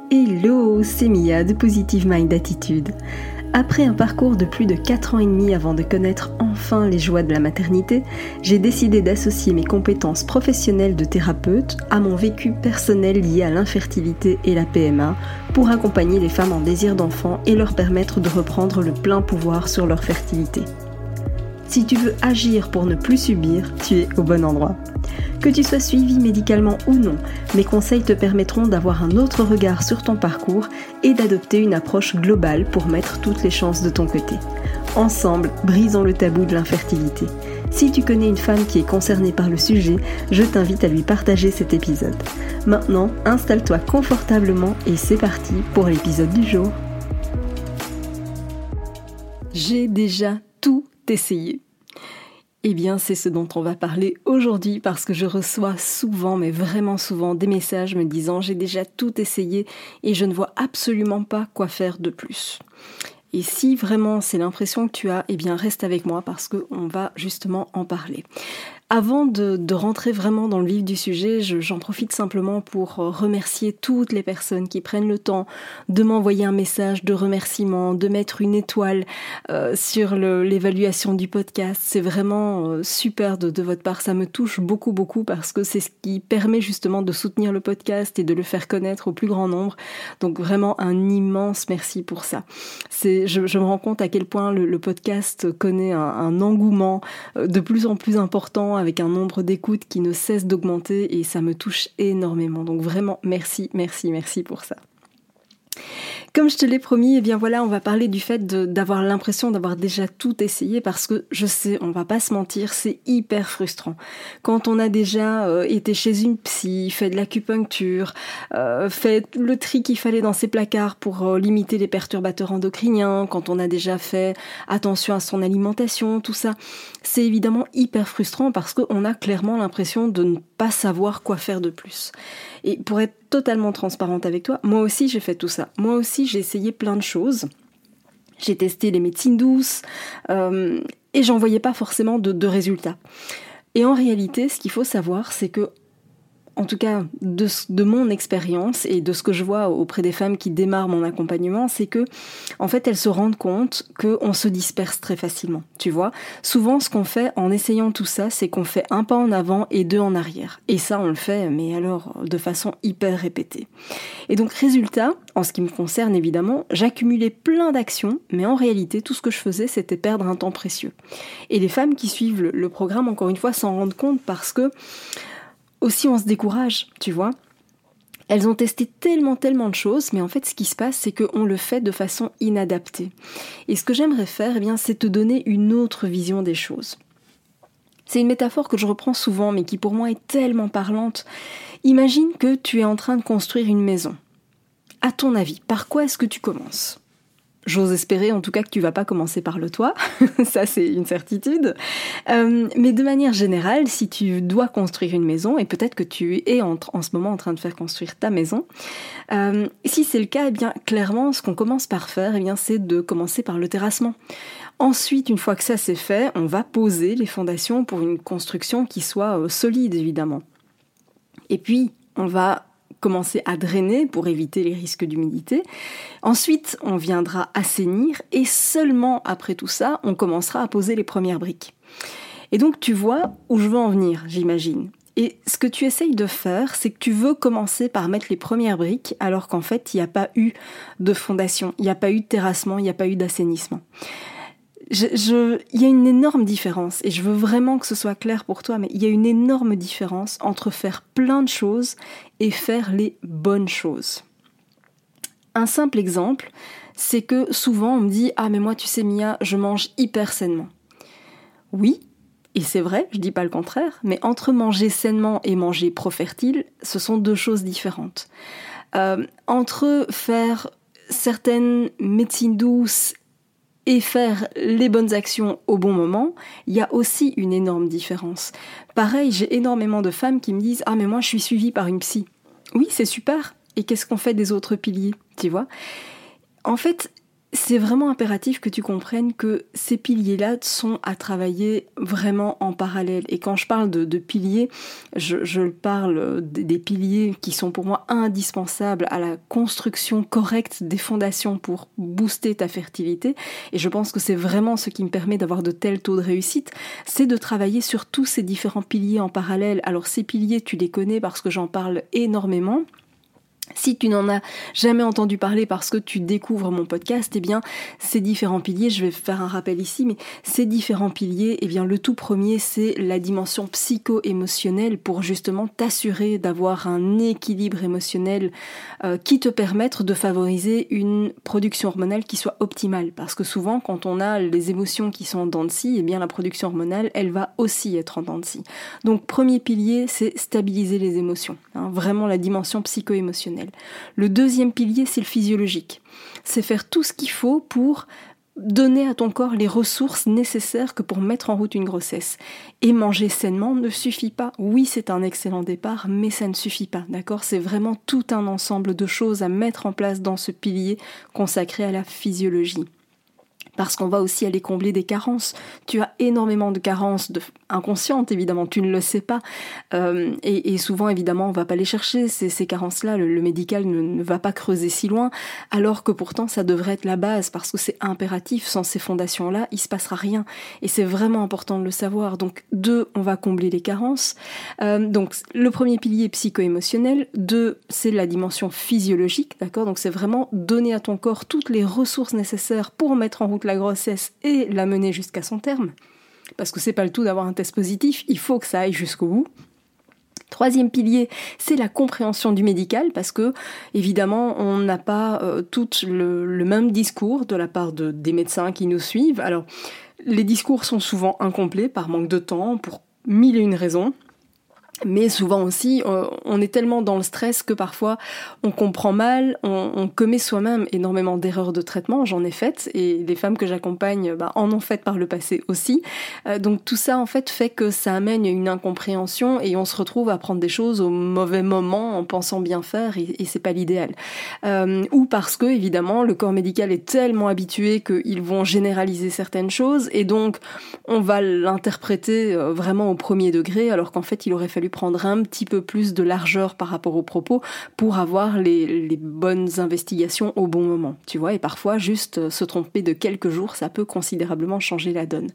Hello, c'est Mia de Positive Mind Attitude. Après un parcours de plus de 4 ans et demi avant de connaître enfin les joies de la maternité, j'ai décidé d'associer mes compétences professionnelles de thérapeute à mon vécu personnel lié à l'infertilité et la PMA pour accompagner les femmes en désir d'enfant et leur permettre de reprendre le plein pouvoir sur leur fertilité. Si tu veux agir pour ne plus subir, tu es au bon endroit. Que tu sois suivi médicalement ou non, mes conseils te permettront d'avoir un autre regard sur ton parcours et d'adopter une approche globale pour mettre toutes les chances de ton côté. Ensemble, brisons le tabou de l'infertilité. Si tu connais une femme qui est concernée par le sujet, je t'invite à lui partager cet épisode. Maintenant, installe-toi confortablement et c'est parti pour l'épisode du jour. J'ai déjà tout essayé. Eh bien, c'est ce dont on va parler aujourd'hui parce que je reçois souvent, mais vraiment souvent, des messages me disant « j'ai déjà tout essayé et je ne vois absolument pas quoi faire de plus ». Et si vraiment c'est l'impression que tu as, eh bien reste avec moi parce qu'on va justement en parler. Avant de rentrer vraiment dans le vif du sujet, j'en profite simplement pour remercier toutes les personnes qui prennent le temps de m'envoyer un message de remerciement, de mettre une étoile sur l'évaluation du podcast. C'est vraiment super de votre part, ça me touche beaucoup parce que c'est ce qui permet justement de soutenir le podcast et de le faire connaître au plus grand nombre. Donc vraiment un immense merci pour ça. Je me rends compte à quel point le podcast connaît un engouement de plus en plus important avec un nombre d'écoutes qui ne cesse d'augmenter et ça me touche énormément. Donc vraiment, merci pour ça. Comme je te l'ai promis, eh bien voilà, on va parler du fait d'avoir l'impression d'avoir déjà tout essayé parce que je sais, on va pas se mentir, c'est hyper frustrant. Quand on a déjà été chez une psy, fait de l'acupuncture, fait le tri qu'il fallait dans ses placards pour limiter les perturbateurs endocriniens, quand on a déjà fait attention à son alimentation, tout ça, c'est évidemment hyper frustrant parce qu'on a clairement l'impression de ne pas savoir quoi faire de plus. Et pour être totalement transparente avec toi, moi aussi j'ai fait tout ça. Moi aussi j'ai essayé plein de choses. J'ai testé les médecines douces et j'en voyais pas forcément de résultats. Et en réalité, ce qu'il faut savoir, c'est que, en tout cas de mon expérience et de ce que je vois auprès des femmes qui démarrent mon accompagnement, c'est que en fait elles se rendent compte qu'on se disperse très facilement, tu vois. Souvent ce qu'on fait en essayant tout ça, c'est qu'on fait un pas en avant et 2 en arrière. Et ça on le fait, mais alors de façon hyper répétée. Et donc résultat, en ce qui me concerne évidemment, j'accumulais plein d'actions, mais en réalité tout ce que je faisais c'était perdre un temps précieux. Et les femmes qui suivent le programme, encore une fois, s'en rendent compte parce que aussi on se décourage, tu vois. Elles ont testé tellement de choses, mais en fait ce qui se passe c'est qu'on le fait de façon inadaptée. Et ce que j'aimerais faire, eh bien, c'est te donner une autre vision des choses. C'est une métaphore que je reprends souvent, mais qui pour moi est tellement parlante. Imagine que tu es en train de construire une maison. À ton avis, par quoi est-ce que tu commences ? J'ose espérer en tout cas que tu vas pas commencer par le toit, ça c'est une certitude. Mais de manière générale, si tu dois construire une maison, et peut-être que tu es en ce moment en train de faire construire ta maison, si c'est le cas, eh bien clairement ce qu'on commence par faire, eh bien, c'est de commencer par le terrassement. Ensuite, une fois que ça c'est fait, on va poser les fondations pour une construction qui soit solide évidemment. Et puis, on va commencer à drainer pour éviter les risques d'humidité. Ensuite, on viendra assainir et seulement après tout ça, on commencera à poser les premières briques. Et donc, tu vois où je veux en venir, j'imagine. Et ce que tu essayes de faire, c'est que tu veux commencer par mettre les premières briques alors qu'en fait, il n'y a pas eu de fondation, il n'y a pas eu de terrassement, il n'y a pas eu d'assainissement. Il y a une énorme différence, et je veux vraiment que ce soit clair pour toi, mais il y a une énorme différence entre faire plein de choses et faire les bonnes choses. Un simple exemple, c'est que souvent on me dit « Ah mais moi tu sais Mia, je mange hyper sainement ». Oui, et c'est vrai, je dis pas le contraire, mais entre manger sainement et manger pro-fertile, ce sont 2 choses différentes. Entre faire certaines médecines douces et faire les bonnes actions au bon moment, il y a aussi une énorme différence. Pareil, j'ai énormément de femmes qui me disent « Ah mais moi je suis suivie par une psy ». Oui, c'est super. Et qu'est-ce qu'on fait des autres piliers, tu vois ? En fait, c'est vraiment impératif que tu comprennes que ces piliers-là sont à travailler vraiment en parallèle. Et quand je parle de piliers, je parle des piliers qui sont pour moi indispensables à la construction correcte des fondations pour booster ta fertilité. Et je pense que c'est vraiment ce qui me permet d'avoir de tels taux de réussite, c'est de travailler sur tous ces différents piliers en parallèle. Alors ces piliers, tu les connais parce que j'en parle énormément. Si tu n'en as jamais entendu parler parce que tu découvres mon podcast, eh bien, ces différents piliers, je vais faire un rappel ici, mais ces différents piliers, eh bien, le tout premier, c'est la dimension psycho-émotionnelle pour justement t'assurer d'avoir un équilibre émotionnel qui te permette de favoriser une production hormonale qui soit optimale. Parce que souvent, quand on a les émotions qui sont en dents de scie, eh bien, la production hormonale, elle va aussi être en dents de scie. Donc, premier pilier, c'est stabiliser les émotions, vraiment la dimension psycho-émotionnelle. Le deuxième pilier, c'est le physiologique. C'est faire tout ce qu'il faut pour donner à ton corps les ressources nécessaires que pour mettre en route une grossesse. Et manger sainement ne suffit pas. Oui, c'est un excellent départ, mais ça ne suffit pas, d'accord ? C'est vraiment tout un ensemble de choses à mettre en place dans ce pilier consacré à la physiologie. Parce qu'on va aussi aller combler des carences. Tu as énormément de carences inconscientes, évidemment, tu ne le sais pas. Et souvent, évidemment, on va pas les chercher, ces carences-là. Le médical ne va pas creuser si loin, alors que pourtant, ça devrait être la base, parce que c'est impératif. Sans ces fondations-là, il se passera rien. Et c'est vraiment important de le savoir. Donc, 2, on va combler les carences. Donc, le premier pilier psycho-émotionnel. 2, c'est la dimension physiologique, d'accord ? Donc, c'est vraiment donner à ton corps toutes les ressources nécessaires pour mettre en route la grossesse et la mener jusqu'à son terme. Parce que c'est pas le tout d'avoir un test positif, il faut que ça aille jusqu'au bout. Troisième pilier, c'est la compréhension du médical, parce que évidemment on n'a pas tout le même discours de la part des médecins qui nous suivent. Alors les discours sont souvent incomplets par manque de temps, pour 1001 raisons. Mais souvent aussi, on est tellement dans le stress que parfois on comprend mal, on commet soi-même énormément d'erreurs de traitement, j'en ai faites, et les femmes que j'accompagne en ont faites par le passé aussi. Donc tout ça en fait que ça amène une incompréhension et on se retrouve à prendre des choses au mauvais moment en pensant bien faire et c'est pas l'idéal. Ou parce que évidemment le corps médical est tellement habitué qu'ils vont généraliser certaines choses et donc on va l'interpréter vraiment au premier degré alors qu'en fait il aurait fallu prendre un petit peu plus de largeur par rapport aux propos pour avoir les bonnes investigations au bon moment, tu vois, et parfois juste se tromper de quelques jours, ça peut considérablement changer la donne.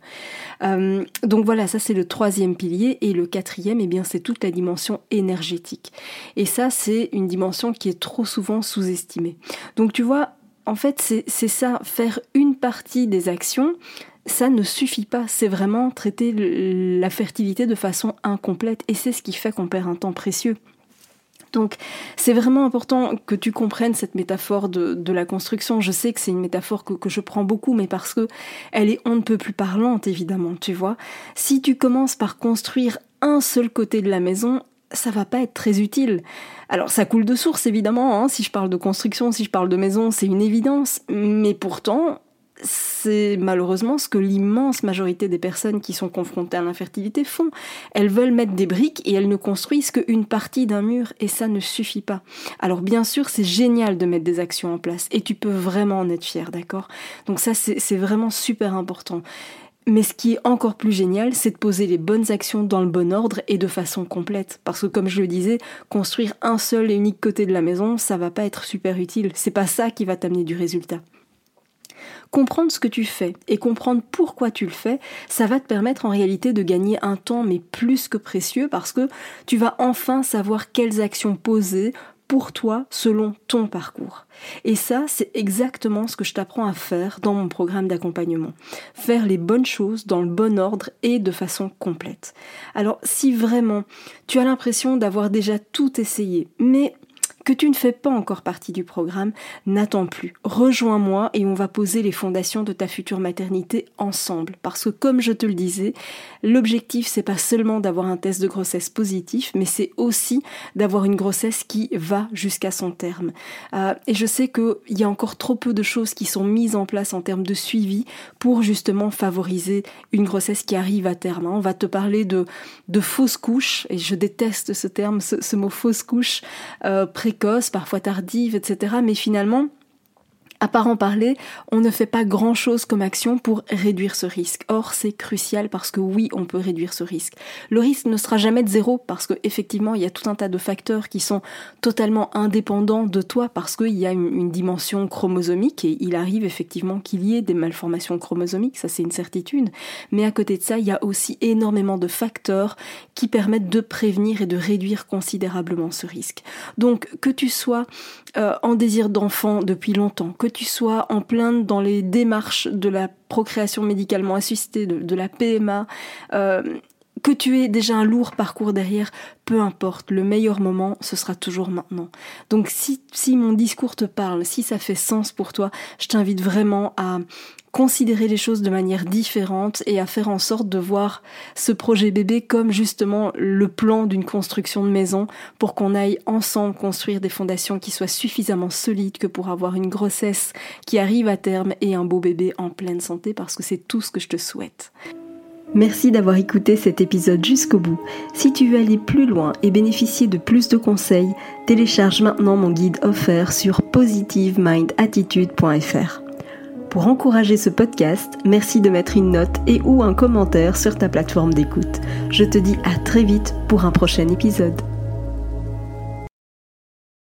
Donc voilà, ça c'est le troisième pilier, et le quatrième, eh bien c'est toute la dimension énergétique. Et ça c'est une dimension qui est trop souvent sous-estimée. Donc tu vois, en fait c'est ça, faire une partie des actions, ça ne suffit pas, c'est vraiment traiter la fertilité de façon incomplète et c'est ce qui fait qu'on perd un temps précieux. Donc c'est vraiment important que tu comprennes cette métaphore de la construction. Je sais que c'est une métaphore que je prends beaucoup, mais parce que elle est on ne peut plus parlante évidemment, tu vois. Si tu commences par construire un seul côté de la maison, ça va pas être très utile. Alors ça coule de source évidemment, si je parle de construction, si je parle de maison, c'est une évidence, mais pourtant c'est malheureusement ce que l'immense majorité des personnes qui sont confrontées à l'infertilité font. Elles veulent mettre des briques et elles ne construisent qu'une partie d'un mur et ça ne suffit pas. Alors bien sûr, c'est génial de mettre des actions en place et tu peux vraiment en être fier, d'accord ? Donc ça, c'est vraiment super important. Mais ce qui est encore plus génial, c'est de poser les bonnes actions dans le bon ordre et de façon complète. Parce que comme je le disais, construire un seul et unique côté de la maison, ça va pas être super utile. C'est pas ça qui va t'amener du résultat. Comprendre ce que tu fais et comprendre pourquoi tu le fais, ça va te permettre en réalité de gagner un temps mais plus que précieux parce que tu vas enfin savoir quelles actions poser pour toi selon ton parcours. Et ça, c'est exactement ce que je t'apprends à faire dans mon programme d'accompagnement. Faire les bonnes choses dans le bon ordre et de façon complète. Alors, si vraiment tu as l'impression d'avoir déjà tout essayé, mais que tu ne fais pas encore partie du programme, n'attends plus. Rejoins-moi et on va poser les fondations de ta future maternité ensemble. Parce que comme je te le disais, l'objectif c'est pas seulement d'avoir un test de grossesse positif, mais c'est aussi d'avoir une grossesse qui va jusqu'à son terme. Et je sais qu'il y a encore trop peu de choses qui sont mises en place en termes de suivi pour justement favoriser une grossesse qui arrive à terme. On va te parler de fausses couches, et je déteste ce terme, ce mot fausse couche, précoce, parfois tardive, etc. Mais finalement, À part en parler, on ne fait pas grand-chose comme action pour réduire ce risque. Or, c'est crucial parce que oui, on peut réduire ce risque. Le risque ne sera jamais de zéro parce que effectivement, il y a tout un tas de facteurs qui sont totalement indépendants de toi parce qu'il y a une dimension chromosomique et il arrive effectivement qu'il y ait des malformations chromosomiques, ça c'est une certitude. Mais à côté de ça, il y a aussi énormément de facteurs qui permettent de prévenir et de réduire considérablement ce risque. Donc, que tu sois en désir d'enfant depuis longtemps, que tu sois en plein dans les démarches de la procréation médicalement assistée, de la PMA, que tu aies déjà un lourd parcours derrière, peu importe, le meilleur moment, ce sera toujours maintenant. Donc si mon discours te parle, si ça fait sens pour toi, je t'invite vraiment à considérer les choses de manière différente et à faire en sorte de voir ce projet bébé comme justement le plan d'une construction de maison pour qu'on aille ensemble construire des fondations qui soient suffisamment solides que pour avoir une grossesse qui arrive à terme et un beau bébé en pleine santé parce que c'est tout ce que je te souhaite. Merci d'avoir écouté cet épisode jusqu'au bout. Si tu veux aller plus loin et bénéficier de plus de conseils, télécharge maintenant mon guide offert sur positivemindattitude.fr. Pour encourager ce podcast, merci de mettre une note et ou un commentaire sur ta plateforme d'écoute. Je te dis à très vite pour un prochain épisode.